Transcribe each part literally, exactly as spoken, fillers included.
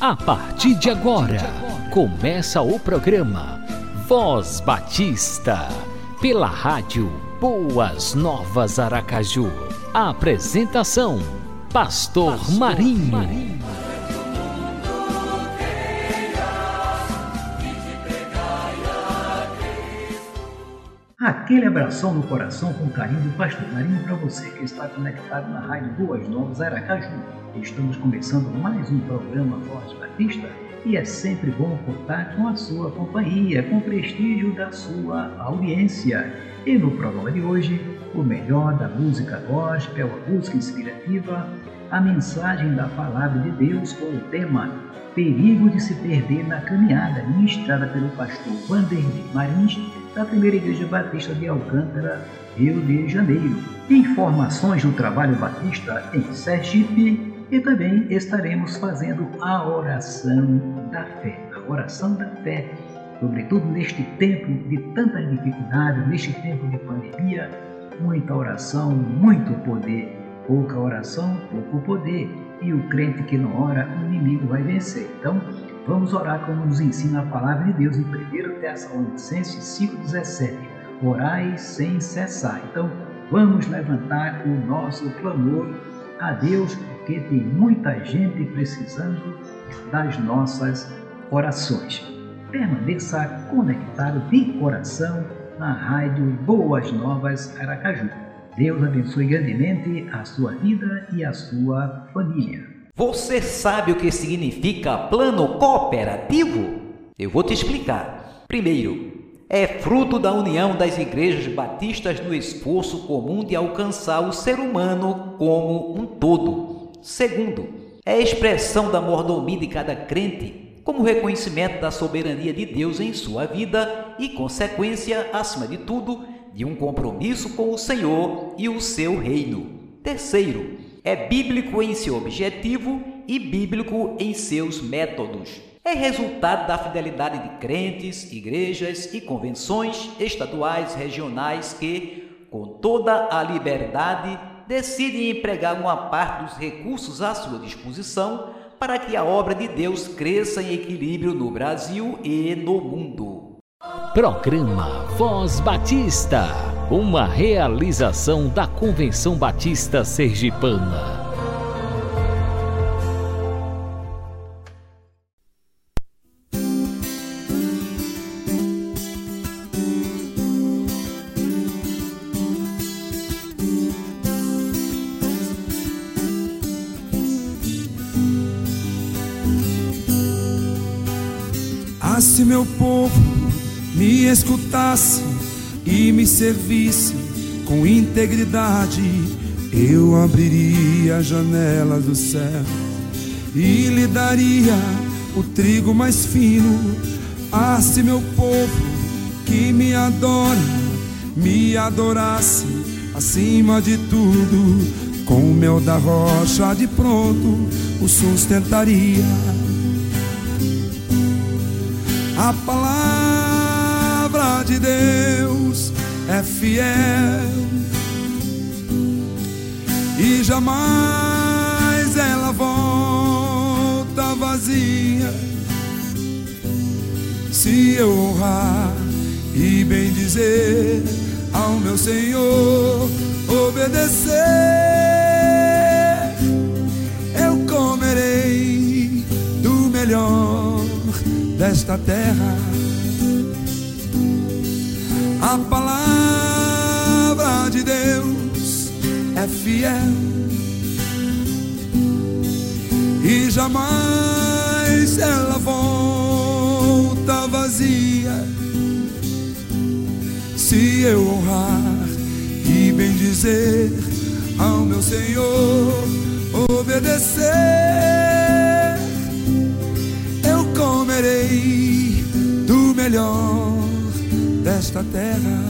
A partir de agora, começa o programa Voz Batista, pela rádio Boas Novas Aracaju. A apresentação, Pastor, Pastor Marinho. Marinho. Aquele abração no coração com carinho do Pastor Marinho para você que está conectado na rádio Boas Novas Aracaju. Estamos começando mais um programa Voz Batista e é sempre bom contar com a sua companhia, com o prestígio da sua audiência. E no programa de hoje, o melhor da música gospel, a música inspirativa, a mensagem da Palavra de Deus com o tema Perigo de se perder na caminhada, ministrada pelo pastor Wanderley Marins, da Primeira Igreja Batista de Alcântara, Rio de Janeiro. Informações do Trabalho Batista em Sergipe. E também estaremos fazendo a oração da fé. A oração da fé, sobretudo neste tempo de tantas dificuldades, neste tempo de pandemia, muita oração, muito poder. Pouca oração, pouco poder. E o crente que não ora, o inimigo vai vencer. Então, vamos orar como nos ensina a Palavra de Deus em primeira Tessalonicenses cinco, dezessete. Orai sem cessar. Então, vamos levantar o nosso clamor a Deus, porque tem muita gente precisando das nossas orações. Permaneça conectado de coração na rádio Boas Novas Aracaju. Deus abençoe grandemente a sua vida e a sua família. Você sabe o que significa plano cooperativo? Eu vou te explicar. Primeiro, é fruto da união das igrejas batistas no esforço comum de alcançar o ser humano como um todo. Segundo, é expressão da mordomia de cada crente, como reconhecimento da soberania de Deus em sua vida e, consequência, acima de tudo, de um compromisso com o Senhor e o seu reino. Terceiro, é bíblico em seu objetivo e bíblico em seus métodos. É resultado da fidelidade de crentes, igrejas e convenções estaduais, regionais que, com toda a liberdade, decidem empregar uma parte dos recursos à sua disposição para que a obra de Deus cresça em equilíbrio no Brasil e no mundo. Programa Voz Batista, uma realização da Convenção Batista Sergipana. Se meu povo me escutasse e me servisse com integridade, eu abriria as janelas do céu e lhe daria o trigo mais fino. Ah, se meu povo que me adora me adorasse acima de tudo, com o mel da rocha de pronto o sustentaria. A palavra de Deus é fiel e jamais ela volta vazia. Se eu honrar e bem dizer ao meu Senhor, obedecer, eu comerei do melhor desta terra. A palavra de Deus é fiel e jamais ela volta vazia. Se eu honrar e bem dizer ao meu Senhor, obedecer, comerei do melhor desta terra.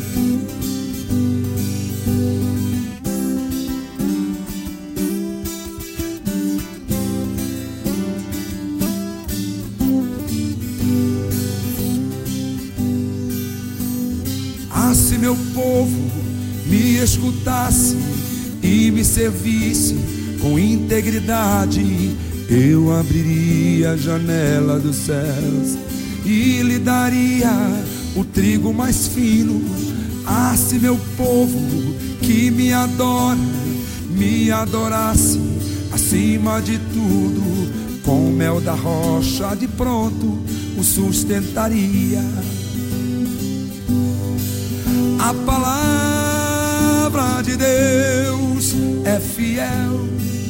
Ah, se meu povo me escutasse e me servisse com integridade, eu abriria a janela dos céus e lhe daria o trigo mais fino. Ah, se meu povo que me adora me adorasse acima de tudo, com mel da rocha de pronto o sustentaria. A palavra de Deus é fiel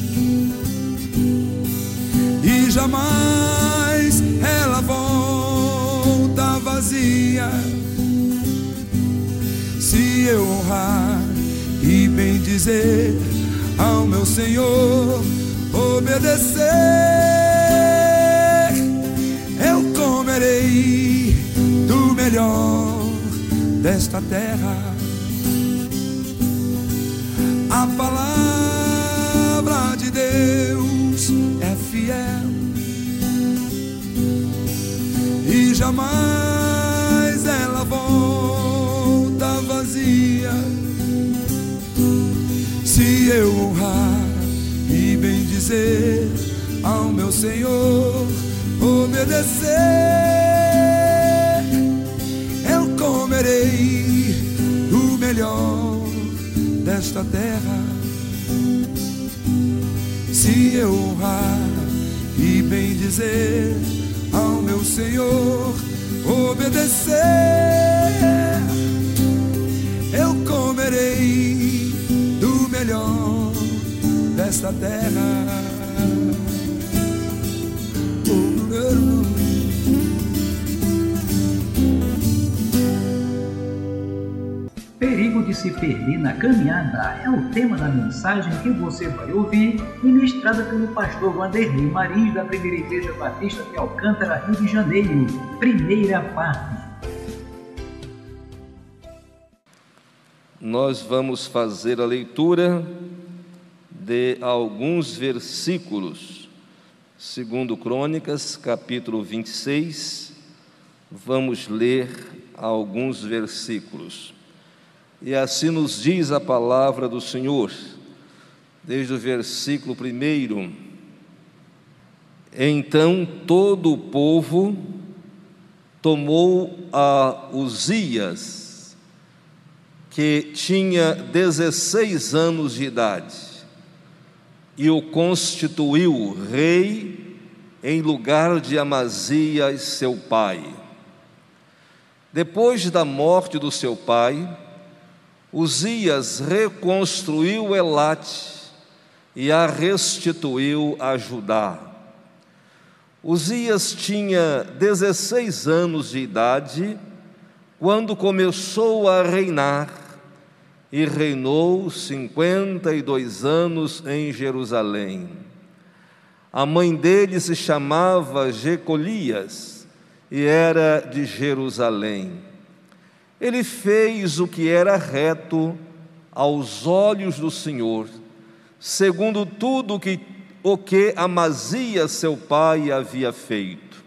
e jamais ela volta vazia. Se eu honrar e bendizer ao meu Senhor, obedecer, eu comerei do melhor desta terra. A palavra de Deus é fiel e jamais ela volta vazia. Se eu honrar e bendizer ao meu Senhor, obedecer, eu comerei do melhor desta terra. Se eu honrar e bendizer ao meu Senhor, obedecer, eu comerei do melhor desta terra. Perigo de se perder na caminhada é o tema da mensagem que você vai ouvir, ministrada pelo pastor Wanderlei Marins, da Primeira Igreja Batista de Alcântara, Rio de Janeiro. Primeira parte. Nós vamos fazer a leitura de alguns versículos, segundo Crônicas, capítulo vinte e seis, vamos ler alguns versículos. E assim nos diz a palavra do Senhor, desde o versículo primeiro. Então todo o povo tomou a Uzias, que tinha dezesseis anos de idade, e o constituiu rei em lugar de Amazias, seu pai. Depois da morte do seu pai, Uzias reconstruiu Elate e a restituiu a Judá. Uzias tinha dezesseis anos de idade quando começou a reinar, e reinou cinquenta e dois anos em Jerusalém. A mãe dele se chamava Jecolias e era de Jerusalém. Ele fez o que era reto aos olhos do Senhor, segundo tudo que, o que Amazias, seu pai, havia feito.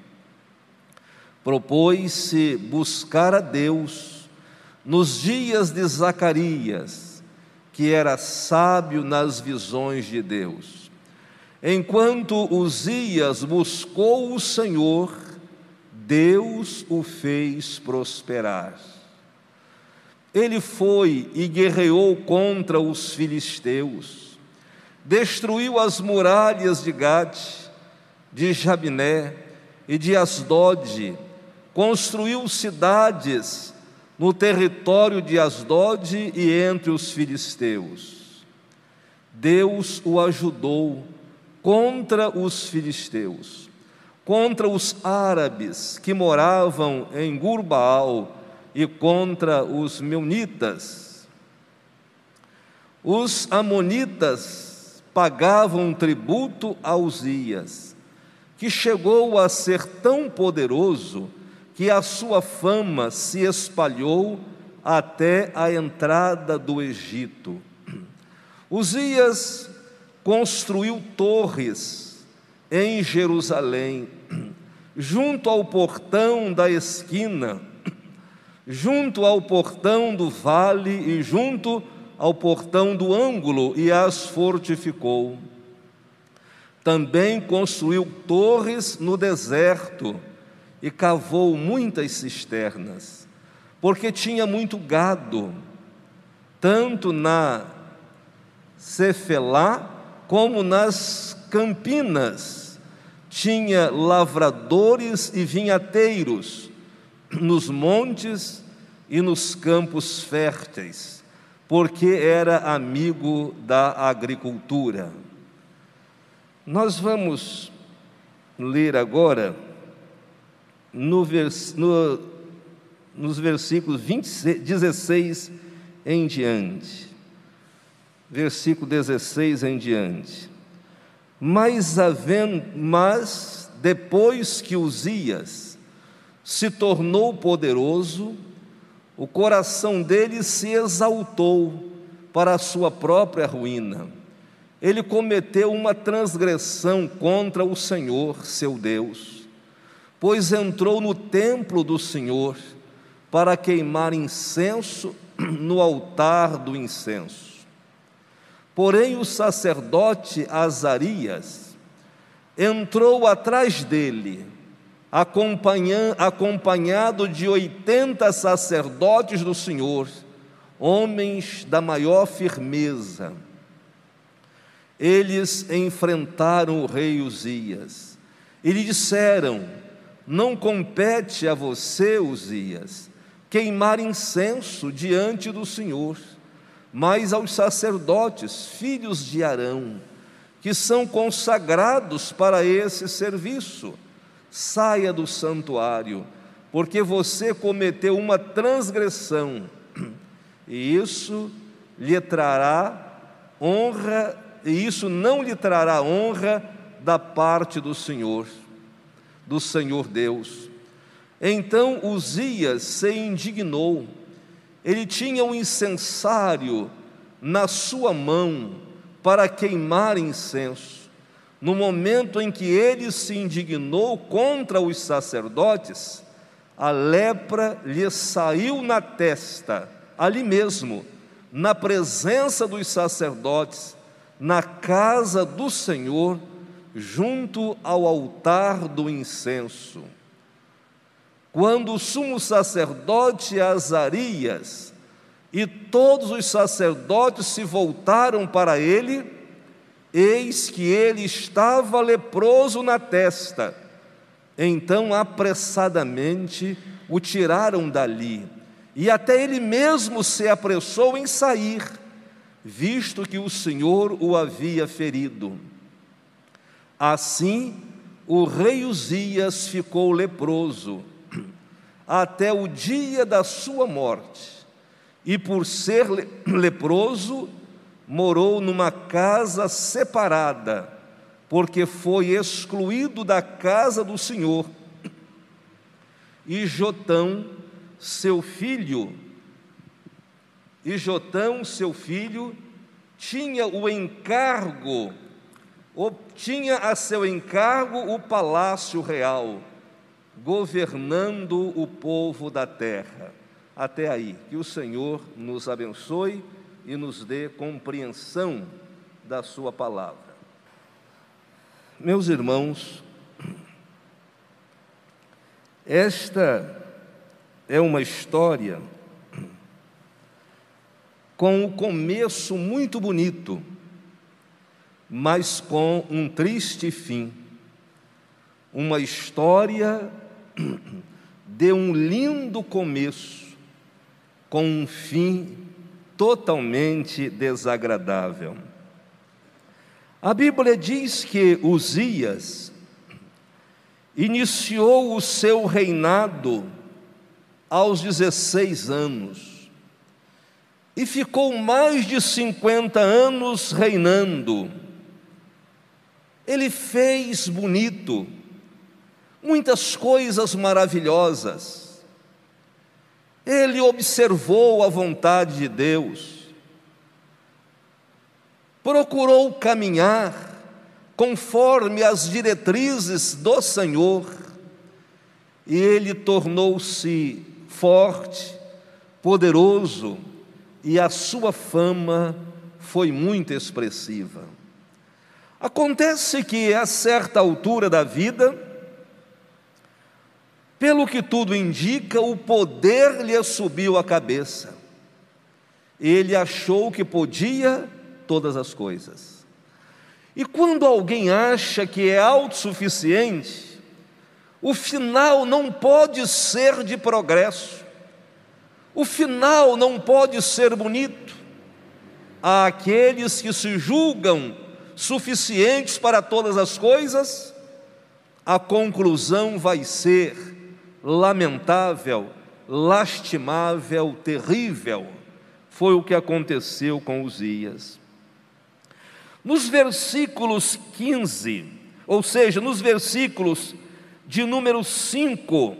Propôs-se buscar a Deus nos dias de Zacarias, que era sábio nas visões de Deus. Enquanto Uzias buscou o Senhor, Deus o fez prosperar. Ele foi e guerreou contra os filisteus, destruiu as muralhas de Gate, de Jabiné e de Asdode, construiu cidades no território de Asdode e entre os filisteus. Deus o ajudou contra os filisteus, contra os árabes que moravam em Gurbaal e contra os meunitas. Os amonitas pagavam tributo a Uzias, que chegou a ser tão poderoso que a sua fama se espalhou até a entrada do Egito. Uzias construiu torres em Jerusalém, junto ao portão da esquina, junto ao portão do vale e junto ao portão do ângulo, e as fortificou. Também construiu torres no deserto e cavou muitas cisternas, porque tinha muito gado, tanto na Cefelá como nas campinas. Tinha lavradores e vinhateiros nos montes e nos campos férteis, porque era amigo da agricultura. Nós vamos ler agora no vers, no, nos versículos vinte, dezesseis em diante. Versículo dezesseis em diante. Mas, havendo, mas depois que Uzias se tornou poderoso, o coração dele se exaltou para a sua própria ruína. Ele cometeu uma transgressão contra o Senhor, seu Deus, pois entrou no templo do Senhor para queimar incenso no altar do incenso. Porém, o sacerdote Azarias entrou atrás dele, acompanhado de oitenta sacerdotes do Senhor, homens da maior firmeza. Eles enfrentaram o rei Uzias e lhe disseram: não compete a você, Uzias, queimar incenso diante do Senhor, mas aos sacerdotes, filhos de Arão, que são consagrados para esse serviço. Saia do santuário, porque você cometeu uma transgressão, e isso lhe trará honra, e isso não lhe trará honra da parte do Senhor, do Senhor Deus. Então Uzias se indignou. Ele tinha um incensário na sua mão para queimar incenso. No momento em que ele se indignou contra os sacerdotes, a lepra lhe saiu na testa, ali mesmo, na presença dos sacerdotes, na casa do Senhor, junto ao altar do incenso. Quando o sumo sacerdote Azarias e todos os sacerdotes se voltaram para ele, eis que ele estava leproso na testa. Então, apressadamente, o tiraram dali, e até ele mesmo se apressou em sair, visto que o Senhor o havia ferido. Assim, o rei Uzias ficou leproso até o dia da sua morte, e por ser leproso, morou numa casa separada, porque foi excluído da casa do Senhor. E Jotão, seu filho, e Jotão, seu filho, tinha o encargo, tinha a seu encargo o palácio real, governando o povo da terra. Até aí, que o Senhor nos abençoe e nos dê compreensão da sua palavra. Meus irmãos, esta é uma história com um começo muito bonito, mas com um triste fim. Uma história de um lindo começo, com um fim totalmente desagradável. A Bíblia diz que Uzias iniciou o seu reinado aos dezesseis anos e ficou mais de cinquenta anos reinando. Ele fez bonito, muitas coisas maravilhosas. Ele observou a vontade de Deus, procurou caminhar conforme as diretrizes do Senhor, e ele tornou-se forte, poderoso, e a sua fama foi muito expressiva. Acontece que, a certa altura da vida, pelo que tudo indica, o poder lhe subiu à cabeça. Ele achou que podia todas as coisas. E quando alguém acha que é autossuficiente, o final não pode ser de progresso, o final não pode ser bonito. Há aqueles que se julgam suficientes para todas as coisas, a conclusão vai ser lamentável, lastimável, terrível. Foi o que aconteceu com Uzias. Nos versículos quinze, ou seja, nos versículos de número cinco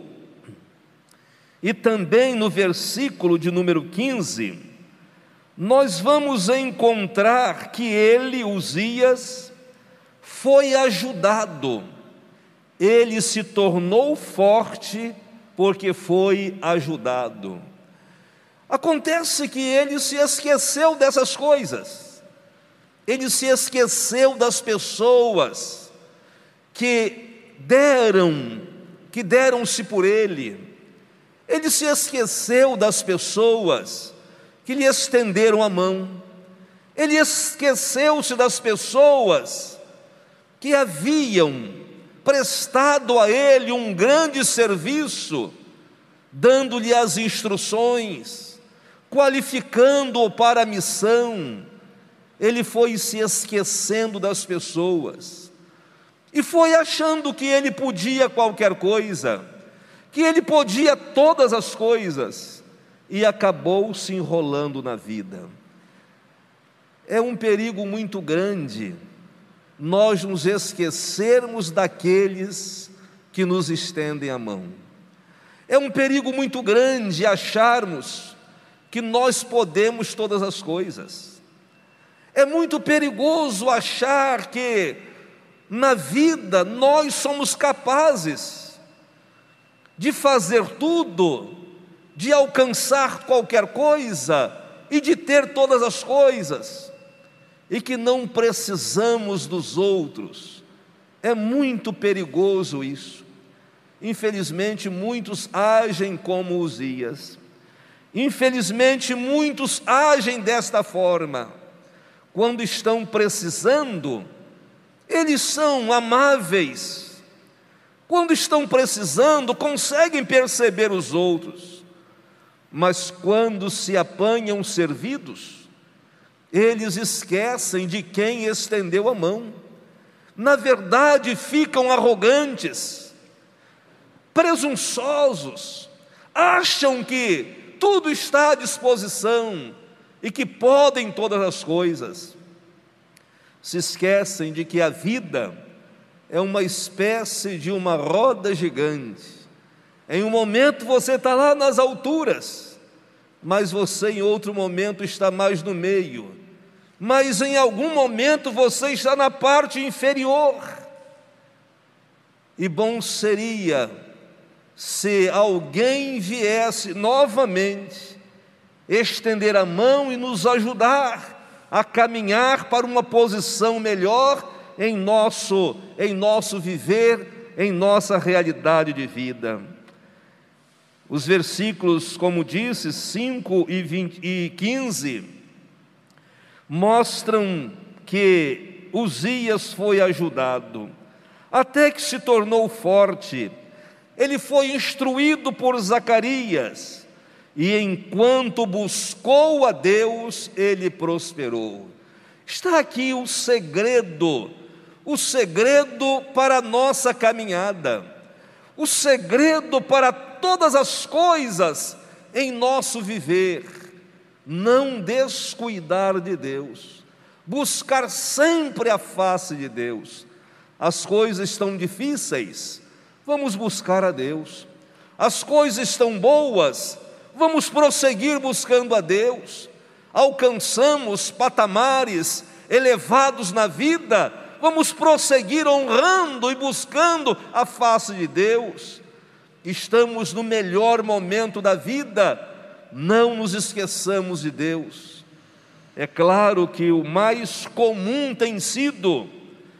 e também no versículo de número quinze, nós vamos encontrar que ele, Uzias, foi ajudado. Ele se tornou forte porque foi ajudado. Acontece que ele se esqueceu dessas coisas. Ele se esqueceu das pessoas que deram, que deram-se por ele. Ele se esqueceu das pessoas que lhe estenderam a mão. Ele esqueceu-se das pessoas que haviam prestado a ele um grande serviço, dando-lhe as instruções, qualificando-o para a missão. Ele foi se esquecendo das pessoas e foi achando que ele podia qualquer coisa, que ele podia todas as coisas, e acabou se enrolando na vida. É um perigo muito grande nós nos esquecermos daqueles que nos estendem a mão. É um perigo muito grande acharmos que nós podemos todas as coisas. É muito perigoso achar que na vida nós somos capazes de fazer tudo, de alcançar qualquer coisa e de ter todas as coisas, e que não precisamos dos outros. É muito perigoso isso. Infelizmente, muitos agem como Uzias. Infelizmente, muitos agem desta forma. Quando estão precisando, eles são amáveis. Quando estão precisando, conseguem perceber os outros. Mas quando se apanham servidos, eles esquecem de quem estendeu a mão. Na verdade, ficam arrogantes, presunçosos, acham que tudo está à disposição e que podem todas as coisas. Se esquecem de que a vida é uma espécie de uma roda gigante. Em um momento você está lá nas alturas, mas você em outro momento está mais no meio, mas em algum momento você está na parte inferior. E bom seria se alguém viesse novamente estender a mão e nos ajudar a caminhar para uma posição melhor em nosso, em nosso viver, em nossa realidade de vida. Os versículos, como disse, cinco e quinze, mostram que Uzias foi ajudado, até que se tornou forte. Ele foi instruído por Zacarias, e enquanto buscou a Deus, ele prosperou. Está aqui o segredo, o segredo para a nossa caminhada, o segredo para todas as coisas em nosso viver. Não descuidar de Deus, buscar sempre a face de Deus. As coisas estão difíceis, vamos buscar a Deus. As coisas estão boas, vamos prosseguir buscando a Deus. Alcançamos patamares elevados na vida, vamos prosseguir honrando e buscando a face de Deus. Estamos no melhor momento da vida, não nos esqueçamos de Deus. É claro que o mais comum tem sido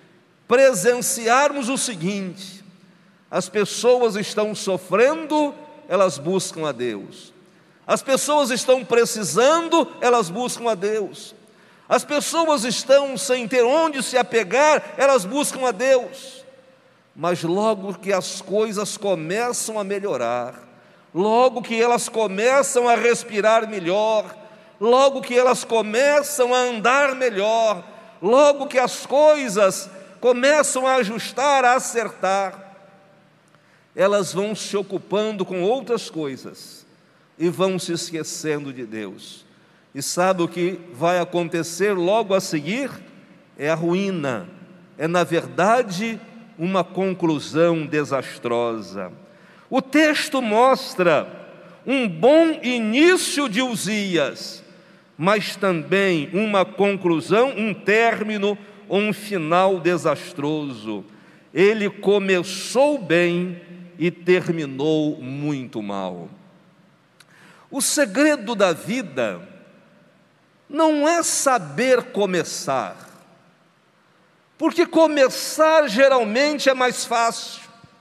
presenciarmos o seguinte: as pessoas estão sofrendo, elas buscam a Deus. As pessoas estão precisando, elas buscam a Deus. As pessoas estão sem ter onde se apegar, elas buscam a Deus. Mas logo que as coisas começam a melhorar, logo que elas começam a respirar melhor, logo que elas começam a andar melhor, logo que as coisas começam a ajustar, a acertar, elas vão se ocupando com outras coisas e vão se esquecendo de Deus. E sabe o que vai acontecer logo a seguir? É a ruína, é na verdade uma conclusão desastrosa. O texto mostra um bom início de Uzias, mas também uma conclusão, um término, um final desastroso. Ele começou bem e terminou muito mal. O segredo da vida não é saber começar, porque começar geralmente é mais fácil.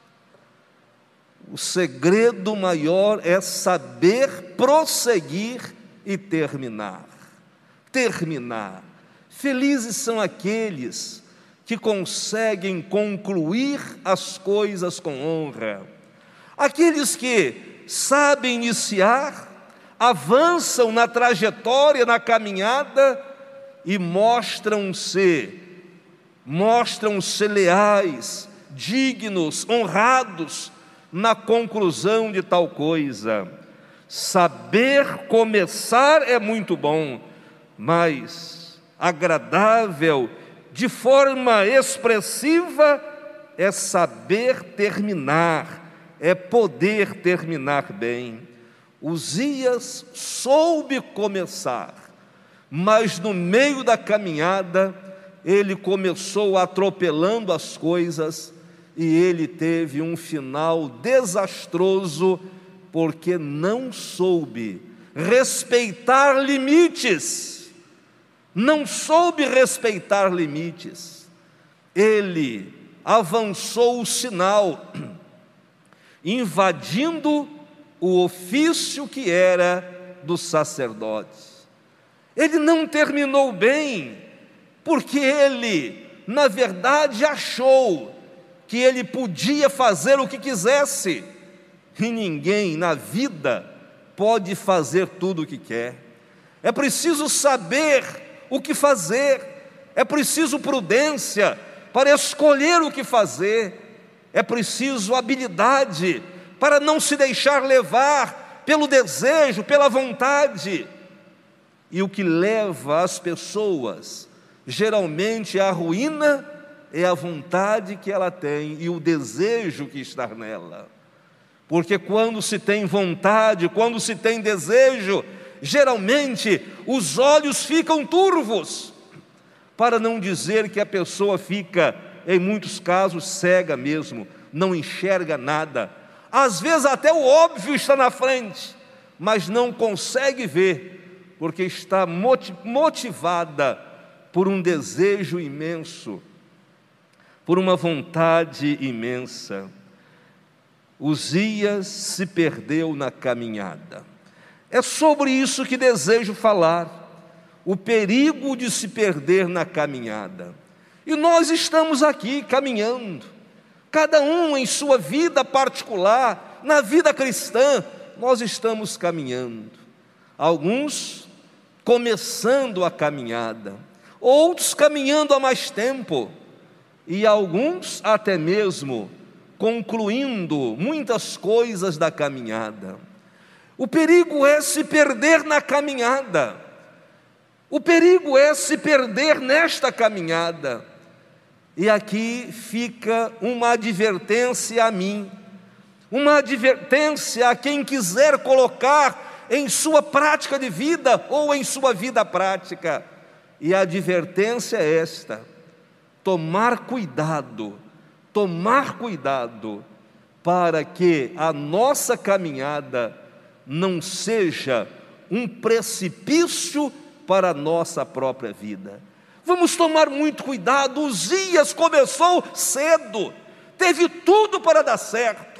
O segredo maior é saber prosseguir e terminar. Terminar. Felizes são aqueles que conseguem concluir as coisas com honra. Aqueles que sabem iniciar, avançam na trajetória, na caminhada e mostram-se, mostram-se leais, dignos, honrados na conclusão de tal coisa. Saber começar é muito bom, mas agradável, de forma expressiva, é saber terminar, é poder terminar bem. Uzias soube começar, mas no meio da caminhada, ele começou atropelando as coisas e ele teve um final desastroso, porque não soube respeitar limites, não soube respeitar limites. Ele avançou o sinal, invadindo o ofício que era dos sacerdotes. Ele não terminou bem, porque ele, na verdade, achou que ele podia fazer o que quisesse, e ninguém na vida pode fazer tudo o que quer. É preciso saber o que fazer, é preciso prudência para escolher o que fazer, é preciso habilidade para não se deixar levar pelo desejo, pela vontade. E o que leva as pessoas geralmente à ruína é a vontade que ela tem e o desejo que está nela. Porque quando se tem vontade, quando se tem desejo, geralmente os olhos ficam turvos, para não dizer que a pessoa fica, em muitos casos, cega mesmo, não enxerga nada. Às vezes até o óbvio está na frente, mas não consegue ver, porque está motivada por um desejo imenso, por uma vontade imensa. Uzias se perdeu na caminhada. É sobre isso que desejo falar, o perigo de se perder na caminhada. E nós estamos aqui caminhando, cada um em sua vida particular, na vida cristã, nós estamos caminhando. Alguns começando a caminhada, outros caminhando há mais tempo, e alguns até mesmo concluindo muitas coisas da caminhada. O perigo é se perder na caminhada, o perigo é se perder nesta caminhada. E aqui fica uma advertência a mim, uma advertência a quem quiser colocar em sua prática de vida ou em sua vida prática. E a advertência é esta: tomar cuidado, tomar cuidado para que a nossa caminhada não seja um precipício para a nossa própria vida. Vamos tomar muito cuidado. Uzias começou cedo, teve tudo para dar certo,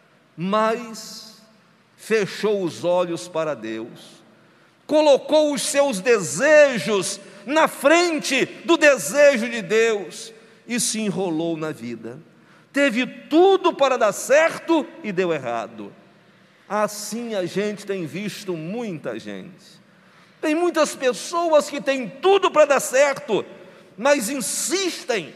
mas fechou os olhos para Deus, colocou os seus desejos na frente do desejo de Deus e se enrolou na vida. Teve tudo para dar certo e deu errado. Assim a gente tem visto muita gente. Tem muitas pessoas que têm tudo para dar certo, mas insistem,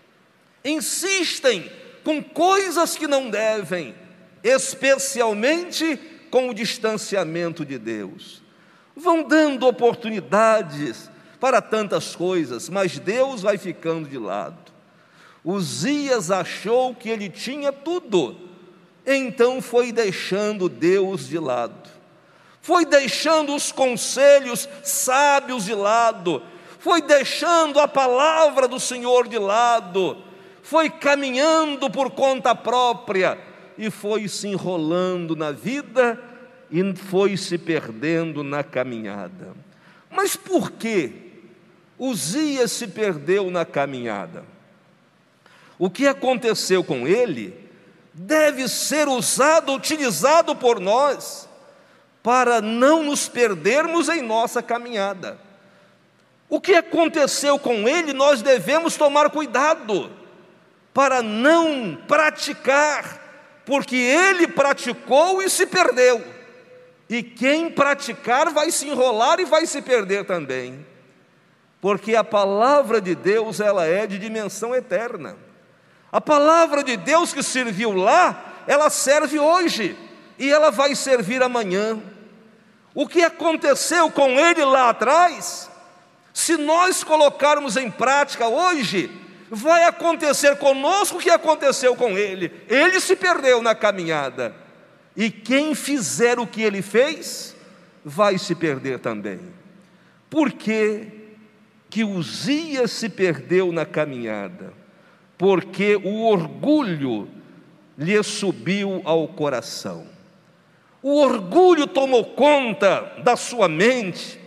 insistem com coisas que não devem, especialmente com o distanciamento de Deus. Vão dando oportunidades para tantas coisas, mas Deus vai ficando de lado. Uzias achou que ele tinha tudo, então foi deixando Deus de lado, foi deixando os conselhos sábios de lado, foi deixando a palavra do Senhor de lado, foi caminhando por conta própria e foi se enrolando na vida e foi se perdendo na caminhada. Mas por que Uzias se perdeu na caminhada? O que aconteceu com ele deve ser usado, utilizado por nós, para não nos perdermos em nossa caminhada. O que aconteceu com ele, nós devemos tomar cuidado, para não praticar, porque ele praticou e se perdeu, e quem praticar vai se enrolar e vai se perder também, porque a palavra de Deus, ela é de dimensão eterna. A palavra de Deus que serviu lá, ela serve hoje, e ela vai servir amanhã. O que aconteceu com ele lá atrás, se nós colocarmos em prática hoje, vai acontecer conosco o que aconteceu com ele. Ele se perdeu na caminhada, e quem fizer o que ele fez, vai se perder também. Por que que Uzias se perdeu na caminhada? Porque o orgulho lhe subiu ao coração. O orgulho tomou conta da sua mente,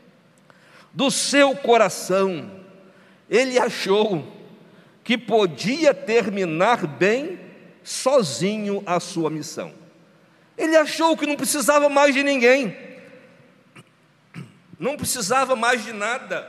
do seu coração. Ele achou que podia terminar bem sozinho a sua missão. Ele achou que não precisava mais de ninguém, não precisava mais de nada.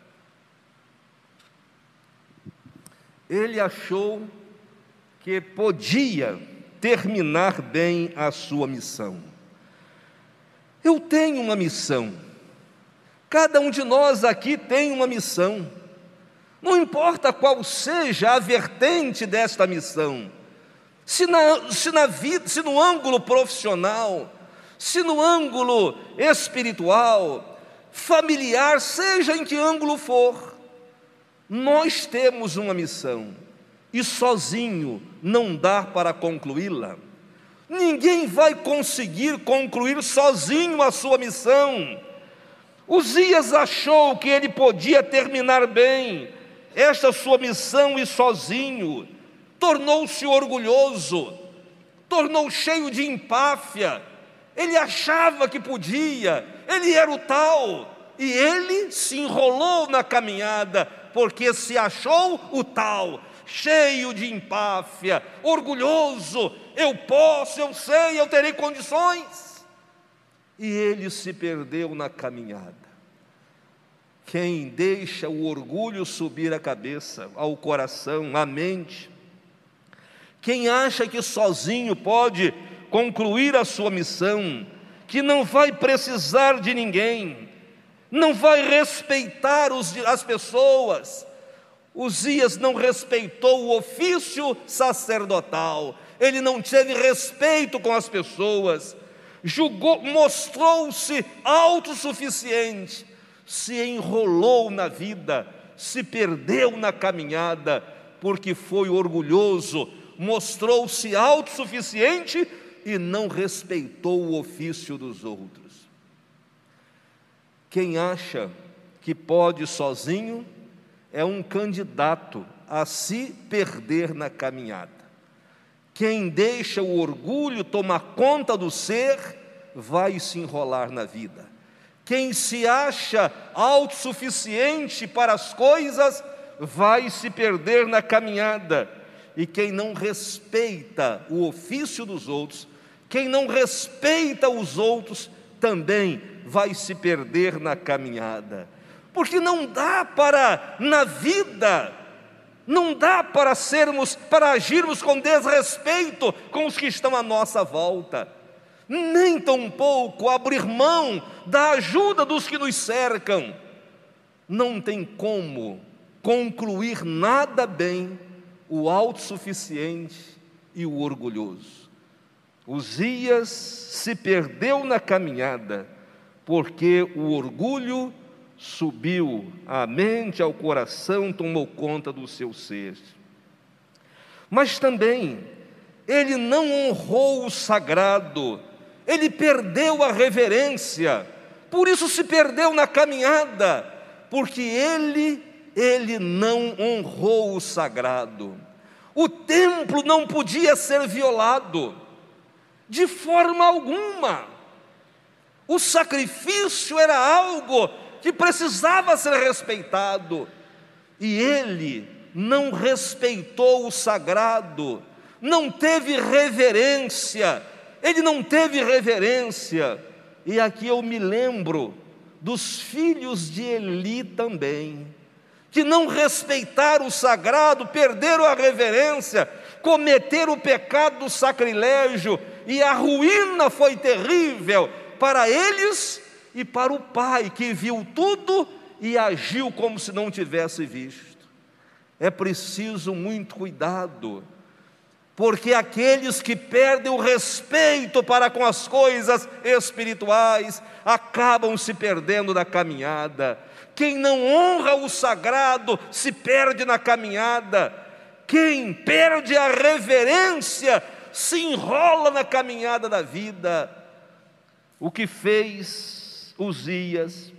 Ele achou que podia terminar bem a sua missão. Eu tenho uma missão, cada um de nós aqui tem uma missão, não importa qual seja a vertente desta missão, se, na, se, na vida, se no ângulo profissional, se no ângulo espiritual, familiar, seja em que ângulo for, nós temos uma missão, e sozinho não dá para concluí-la. Ninguém vai conseguir concluir sozinho a sua missão. Uzias achou que ele podia terminar bem esta sua missão e sozinho. Tornou-se orgulhoso, tornou cheio de empáfia. Ele achava que podia, ele era o tal, e ele se enrolou na caminhada, porque se achou o tal, cheio de empáfia, orgulhoso, eu posso, eu sei, eu terei condições. E ele se perdeu na caminhada. Quem deixa o orgulho subir a cabeça, ao coração, à mente, quem acha que sozinho pode concluir a sua missão, que não vai precisar de ninguém, não vai respeitar os, as pessoas. Uzias não respeitou o ofício sacerdotal, ele não teve respeito com as pessoas, julgou, mostrou-se autossuficiente, se enrolou na vida, se perdeu na caminhada, porque foi orgulhoso, mostrou-se autossuficiente e não respeitou o ofício dos outros. Quem acha que pode sozinho é um candidato a se perder na caminhada. Quem deixa o orgulho tomar conta do ser, vai se enrolar na vida. Quem se acha autossuficiente para as coisas vai se perder na caminhada. E quem não respeita o ofício dos outros, quem não respeita os outros, também vai se perder na caminhada. Porque não dá para, na vida, não dá para sermos, para agirmos com desrespeito com os que estão à nossa volta. Nem tampouco abrir mão da ajuda dos que nos cercam. Não tem como concluir nada bem o autossuficiente e o orgulhoso. Uzias se perdeu na caminhada, porque o orgulho subiu à mente, ao coração, tomou conta do seu ser. Mas também, ele não honrou o sagrado, ele perdeu a reverência, por isso se perdeu na caminhada, porque ele, ele não honrou o sagrado. O templo não podia ser violado, de forma alguma. O sacrifício era algo que precisava ser respeitado, e ele não respeitou o sagrado, não teve reverência, ele não teve reverência. E aqui eu me lembro dos filhos de Eli também, que não respeitaram o sagrado, perderam a reverência, cometeram o pecado do sacrilégio, e a ruína foi terrível para eles e para o pai, que viu tudo e agiu como se não tivesse visto. É preciso muito cuidado, porque aqueles que perdem o respeito para com as coisas espirituais acabam se perdendo na caminhada. Quem não honra o sagrado se perde na caminhada. Quem perde a reverência se enrola na caminhada da vida. O que fez Uzias?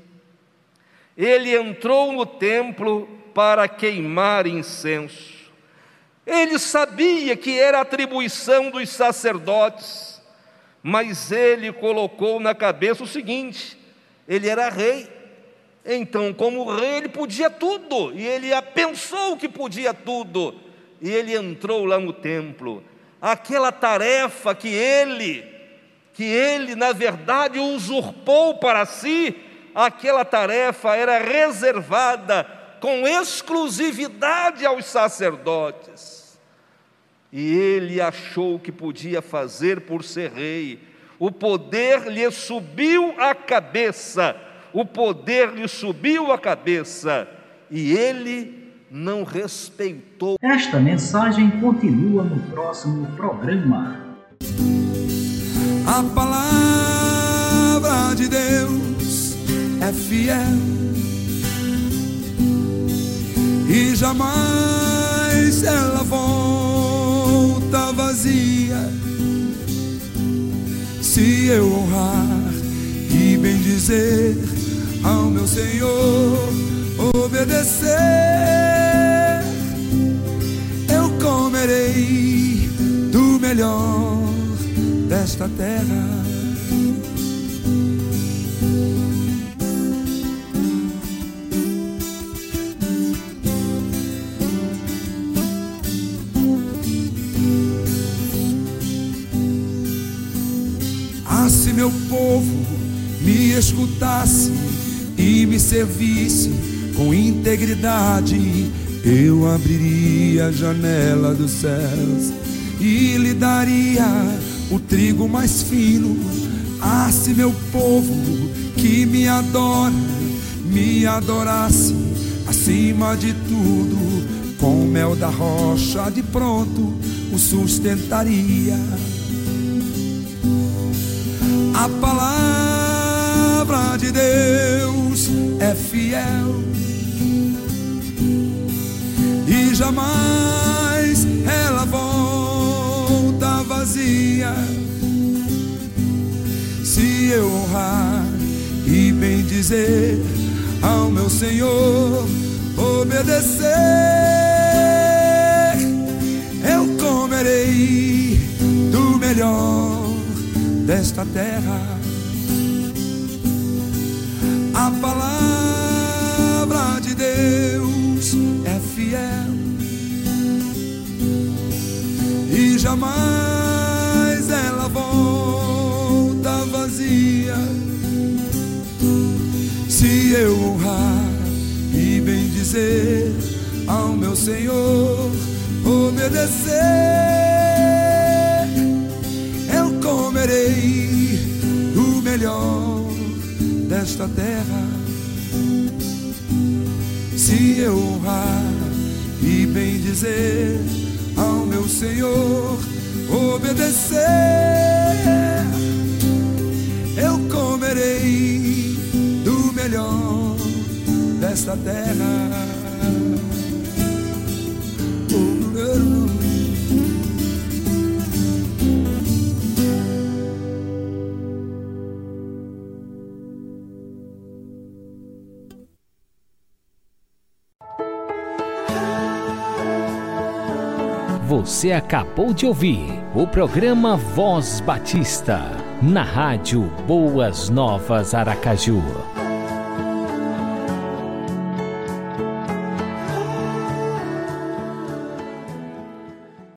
Ele entrou no templo para queimar incenso. Ele sabia que era atribuição dos sacerdotes, mas ele colocou na cabeça o seguinte: ele era rei, então como rei ele podia tudo, e ele pensou que podia tudo, e ele entrou lá no templo. Aquela tarefa que ele, que ele na verdade usurpou para si, aquela tarefa era reservada com exclusividade aos sacerdotes. E ele achou que podia fazer por ser rei. O poder lhe subiu à cabeça, o poder lhe subiu à cabeça, e ele não respeitou. Esta mensagem continua no próximo programa. A palavra de Deus é fiel e jamais ela volta vazia. Se eu honrar e bendizer ao meu Senhor, obedecer, eu comerei do melhor desta terra. Ah, se meu povo me escutasse e me servisse com integridade, eu abriria a janela dos céus e lhe daria o trigo mais fino. Ah, se meu povo que me adora me adorasse acima de tudo, com mel da rocha de pronto o sustentaria. A palavra de Deus é fiel e jamais ela volta vazia. Se eu honrar e bendizer ao meu Senhor, obedecer, eu comerei do melhor desta terra. jamais ela volta vazia. Se eu honrar e bem dizer ao meu Senhor, obedecer, eu comerei o melhor desta terra. Se eu honrar e bem dizer ao meu Senhor, obedecer, eu comerei do melhor desta terra. Você acabou de ouvir o programa Voz Batista, na rádio Boas Novas Aracaju.